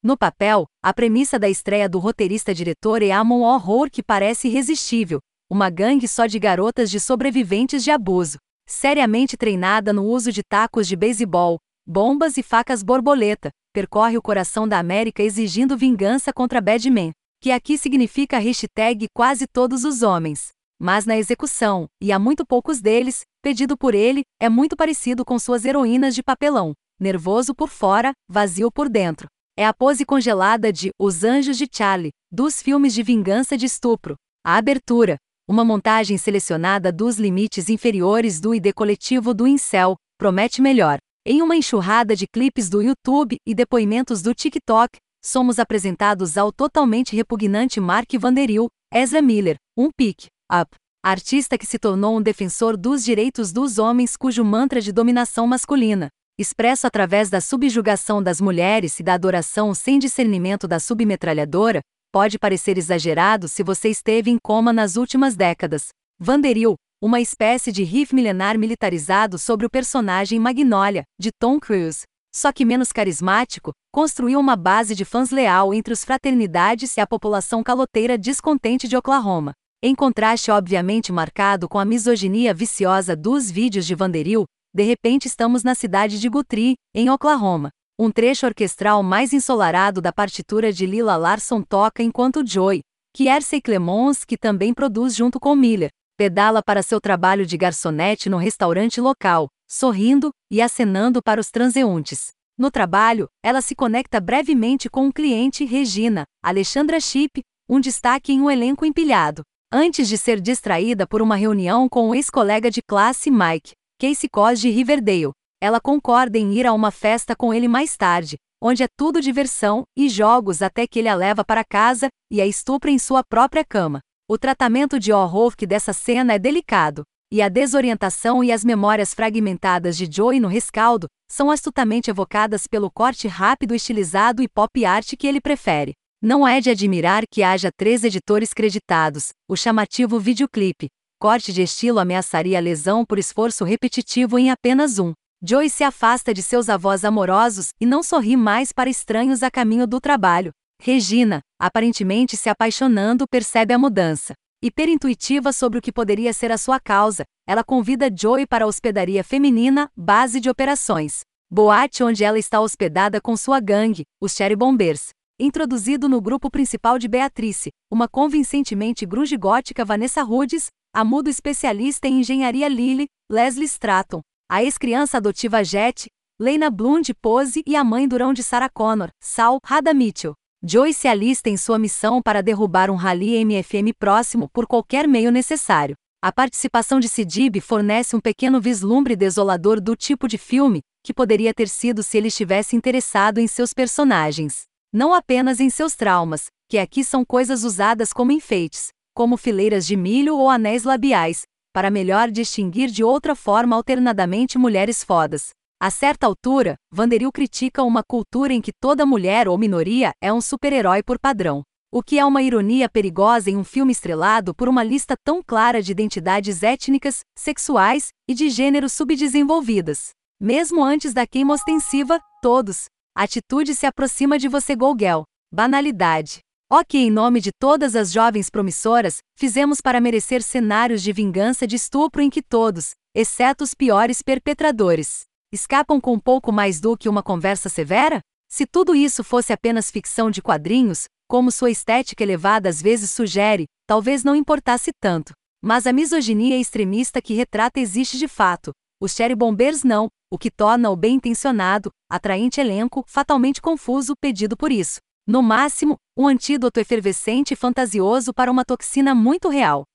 No papel, a premissa da estreia do roteirista-diretor é um horror que parece irresistível, uma gangue só de garotas de sobreviventes de abuso, seriamente treinada no uso de tacos de beisebol, bombas e facas borboleta, percorre o coração da América exigindo vingança contra Badman, que aqui significa hashtag quase todos os homens. Mas na execução, e há muito poucos deles, pedido por ele, é muito parecido com suas heroínas de papelão, nervoso por fora, vazio por dentro. É a pose congelada de Os Anjos de Charlie, dos filmes de vingança de estupro. A abertura, uma montagem selecionada dos limites inferiores do ID coletivo do incel, promete melhor. Em uma enxurrada de clipes do YouTube e depoimentos do TikTok, somos apresentados ao totalmente repugnante Mark Vanderil, Ezra Miller, um pick-up artista que se tornou um defensor dos direitos dos homens cujo mantra de dominação masculina, expresso através da subjugação das mulheres e da adoração sem discernimento da submetralhadora, pode parecer exagerado se você esteve em coma nas últimas décadas. Vanderil, uma espécie de riff milenar militarizado sobre o personagem Magnolia, de Tom Cruise, só que menos carismático, construiu uma base de fãs leal entre os fraternidades e a população caloteira descontente de Oklahoma. Em contraste obviamente marcado com a misoginia viciosa dos vídeos de Vanderil, de repente estamos na cidade de Guthrie, em Oklahoma. Um trecho orquestral mais ensolarado da partitura de Lila Larson toca enquanto Joey, Kiersey Clemons, que também produz junto com Miller, pedala para seu trabalho de garçonete no restaurante local, sorrindo e acenando para os transeuntes. No trabalho, ela se conecta brevemente com um cliente, Regina, Alexandra Shipp, um destaque em um elenco empilhado, antes de ser distraída por uma reunião com o ex-colega de classe Mike, Casey Cos de Riverdale. Ela concorda em ir a uma festa com ele mais tarde, onde é tudo diversão e jogos até que ele a leva para casa e a estupra em sua própria cama. O tratamento de horror dessa cena é delicado, e a desorientação e as memórias fragmentadas de Joey no rescaldo são astutamente evocadas pelo corte rápido estilizado e pop art que ele prefere. Não é de admirar que haja 3 editores creditados, o chamativo videoclipe, corte de estilo ameaçaria a lesão por esforço repetitivo em apenas um. Joey se afasta de seus avós amorosos e não sorri mais para estranhos a caminho do trabalho. Regina, aparentemente se apaixonando, percebe a mudança. Hiperintuitiva sobre o que poderia ser a sua causa, ela convida Joey para a hospedaria feminina, base de operações. Boate onde ela está hospedada com sua gangue, os Cherry Bombers. Introduzido no grupo principal de Beatrice, uma convincentemente grunge gótica Vanessa Hudgens, a mudo especialista em engenharia Lily, Leslie Stratton, a ex-criança adotiva Jet, Lena Bloom de Pose e a mãe durão de Sarah Connor, Sal Hada Mitchell. Joey se alista em sua missão para derrubar um rally MFM próximo por qualquer meio necessário. A participação de Sidib fornece um pequeno vislumbre desolador do tipo de filme que poderia ter sido se ele estivesse interessado em seus personagens. Não apenas em seus traumas, que aqui são coisas usadas como enfeites, como fileiras de milho ou anéis labiais, para melhor distinguir de outra forma alternadamente mulheres fodas. A certa altura, Vanderil critica uma cultura em que toda mulher ou minoria é um super-herói por padrão, o que é uma ironia perigosa em um filme estrelado por uma lista tão clara de identidades étnicas, sexuais e de gêneros subdesenvolvidas. Mesmo antes da queima ostensiva, todos. Atitude se aproxima de você Golgel. Banalidade. O que em nome de todas as jovens promissoras, fizemos para merecer cenários de vingança de estupro em que todos, exceto os piores perpetradores, escapam com pouco mais do que uma conversa severa? Se tudo isso fosse apenas ficção de quadrinhos, como sua estética elevada às vezes sugere, talvez não importasse tanto. Mas a misoginia extremista que retrata existe de fato. Os Cherry Bombers não, o que torna o bem-intencionado, atraente elenco fatalmente confuso pedido por isso. No máximo, um antídoto efervescente e fantasioso para uma toxina muito real.